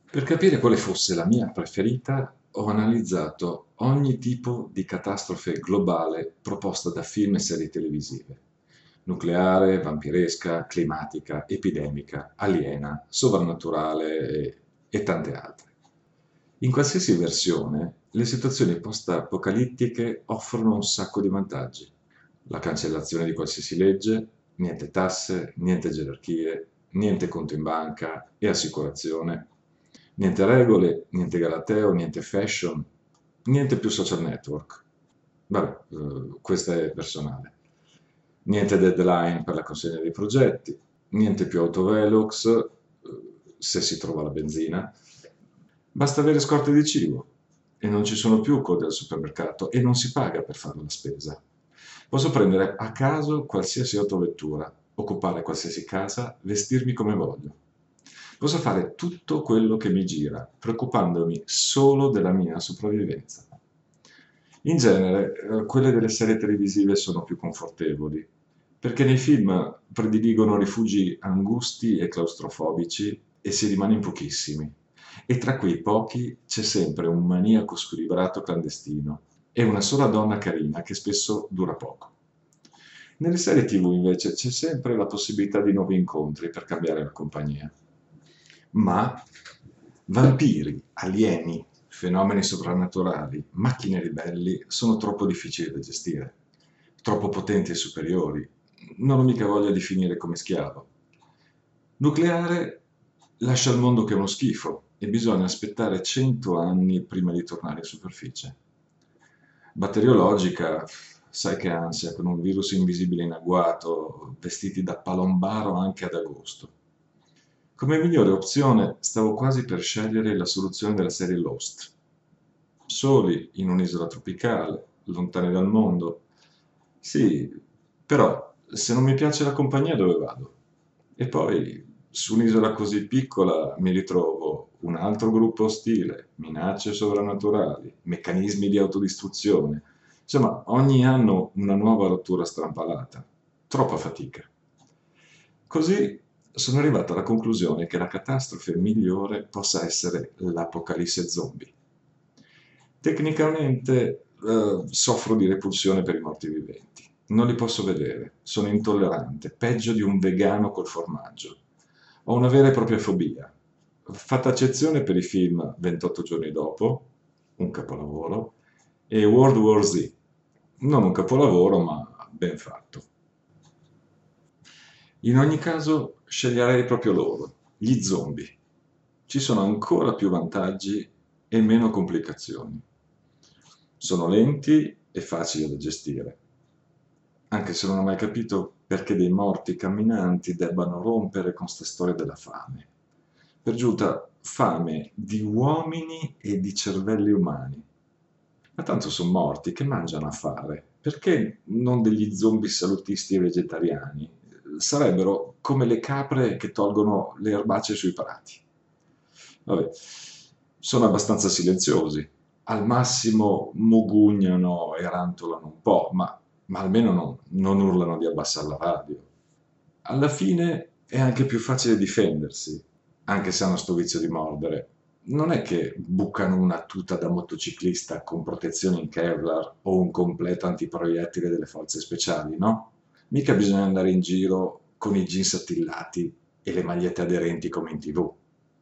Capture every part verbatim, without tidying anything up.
Per capire quale fosse la mia preferita, ho analizzato ogni tipo di catastrofe globale proposta da film e serie televisive: nucleare, vampiresca, climatica, epidemica, aliena, sovrannaturale e, e tante altre. In qualsiasi versione, le situazioni post-apocalittiche offrono un sacco di vantaggi: la cancellazione di qualsiasi legge, niente tasse, niente gerarchie, niente conto in banca e assicurazione, niente regole, niente galateo, niente fashion, niente più social network. Vabbè, eh, questa è personale. Niente deadline per la consegna dei progetti, niente più autovelox, eh, se si trova la benzina. Basta avere scorte di cibo e non ci sono più code al supermercato e non si paga per fare la spesa. Posso prendere a caso qualsiasi autovettura, occupare qualsiasi casa, vestirmi come voglio. Posso fare tutto quello che mi gira, preoccupandomi solo della mia sopravvivenza. In genere, eh, quelle delle serie televisive sono più confortevoli, perché nei film prediligono rifugi angusti e claustrofobici e si rimane in pochissimi. E tra quei pochi c'è sempre un maniaco squilibrato clandestino e una sola donna carina che spesso dura poco. Nelle serie T V invece c'è sempre la possibilità di nuovi incontri per cambiare la compagnia. Ma vampiri, alieni, fenomeni soprannaturali, macchine ribelli sono troppo difficili da gestire, troppo potenti e superiori. Non ho mica voglia di finire come schiavo. Nucleare lascia il mondo che è uno schifo e bisogna aspettare cento anni prima di tornare in superficie. Batteriologica, sai che ansia, con un virus invisibile in agguato, vestiti da palombaro anche ad agosto. Come migliore opzione stavo quasi per scegliere la soluzione della serie Lost. Soli in un'isola tropicale, lontani dal mondo. Sì, però se non mi piace la compagnia dove vado? E poi su un'isola così piccola mi ritrovo un altro gruppo ostile, minacce sovrannaturali, meccanismi di autodistruzione. Insomma, ogni anno una nuova rottura strampalata. Troppa fatica. Così sono arrivato alla conclusione che la catastrofe migliore possa essere l'apocalisse zombie. Tecnicamente eh, soffro di repulsione per i morti viventi. Non li posso vedere, sono intollerante, peggio di un vegano col formaggio. Ho una vera e propria fobia. Fatta eccezione per i film ventotto giorni dopo, un capolavoro, e World War Z, non un capolavoro ma ben fatto. In ogni caso sceglierei proprio loro, gli zombie. Ci sono ancora più vantaggi e meno complicazioni. Sono lenti e facili da gestire, anche se non ho mai capito perché dei morti camminanti debbano rompere con sta storia della fame. Per giunta, fame di uomini e di cervelli umani. Ma tanto sono morti, che mangiano a fare? Perché non degli zombie salutisti e vegetariani? Sarebbero come le capre che tolgono le erbacce sui prati. Vabbè, sono abbastanza silenziosi. Al massimo mugugnano e rantolano un po', ma, ma almeno non, non urlano di abbassare la radio. Alla fine è anche più facile difendersi, anche se hanno sto vizio di mordere. Non è che bucano una tuta da motociclista con protezione in Kevlar o un completo antiproiettile delle forze speciali, no? Mica bisogna andare in giro con i jeans attillati e le magliette aderenti come in T V.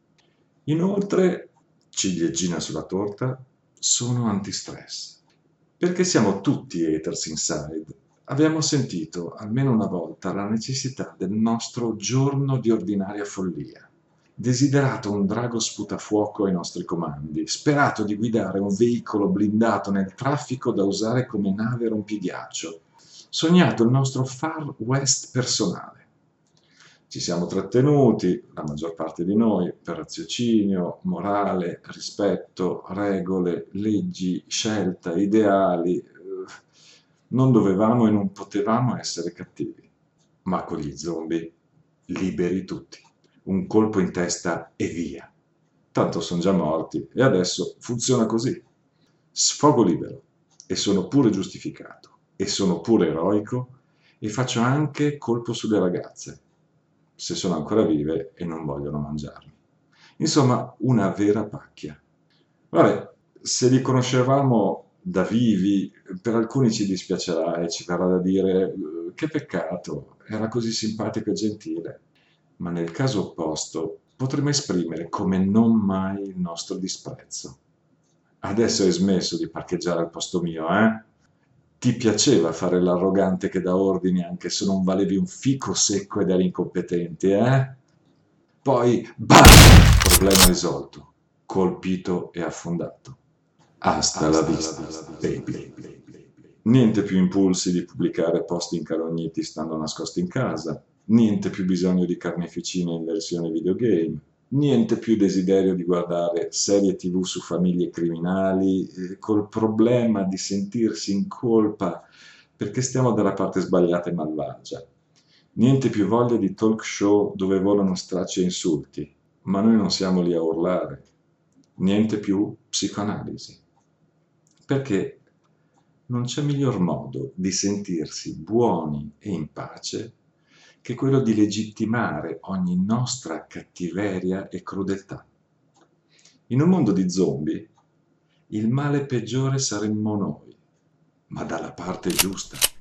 Inoltre, ciliegina sulla torta, sono antistress. Perché siamo tutti haters inside. Abbiamo sentito almeno una volta la necessità del nostro giorno di ordinaria follia. Desiderato un drago sputafuoco ai nostri comandi, sperato di guidare un veicolo blindato nel traffico da usare come nave rompighiaccio, sognato il nostro Far West personale. Ci siamo trattenuti, la maggior parte di noi, per raziocinio, morale, rispetto, regole, leggi, scelta, ideali. Eh, Non dovevamo e non potevamo essere cattivi, ma con gli zombie liberi tutti. Un colpo in testa e via. Tanto sono già morti e adesso funziona così. Sfogo libero e sono pure giustificato e sono pure eroico e faccio anche colpo sulle ragazze, se sono ancora vive e non vogliono mangiarmi. Insomma, una vera pacchia. Vabbè, se li conoscevamo da vivi, per alcuni ci dispiacerà e ci verrà da dire eh, che peccato, era così simpatico e gentile, ma nel caso opposto potremmo esprimere come non mai il nostro disprezzo. Adesso hai smesso di parcheggiare al posto mio, eh? Ti piaceva fare l'arrogante che dà ordini anche se non valevi un fico secco ed eri incompetente, eh? Poi, bam! Problema risolto, colpito e affondato. Hasta la vista, baby. Niente più impulsi di pubblicare post incarogniti stando nascosti in casa, niente più bisogno di carneficine in versione videogame, niente più desiderio di guardare serie tv su famiglie criminali eh, col problema di sentirsi in colpa perché stiamo dalla parte sbagliata e malvagia. Niente più voglia di talk show dove volano stracci e insulti, ma noi non siamo lì a urlare. Niente più psicoanalisi. Perché non c'è miglior modo di sentirsi buoni e in pace che quello di legittimare ogni nostra cattiveria e crudeltà. In un mondo di zombie, il male peggiore saremmo noi, ma dalla parte giusta.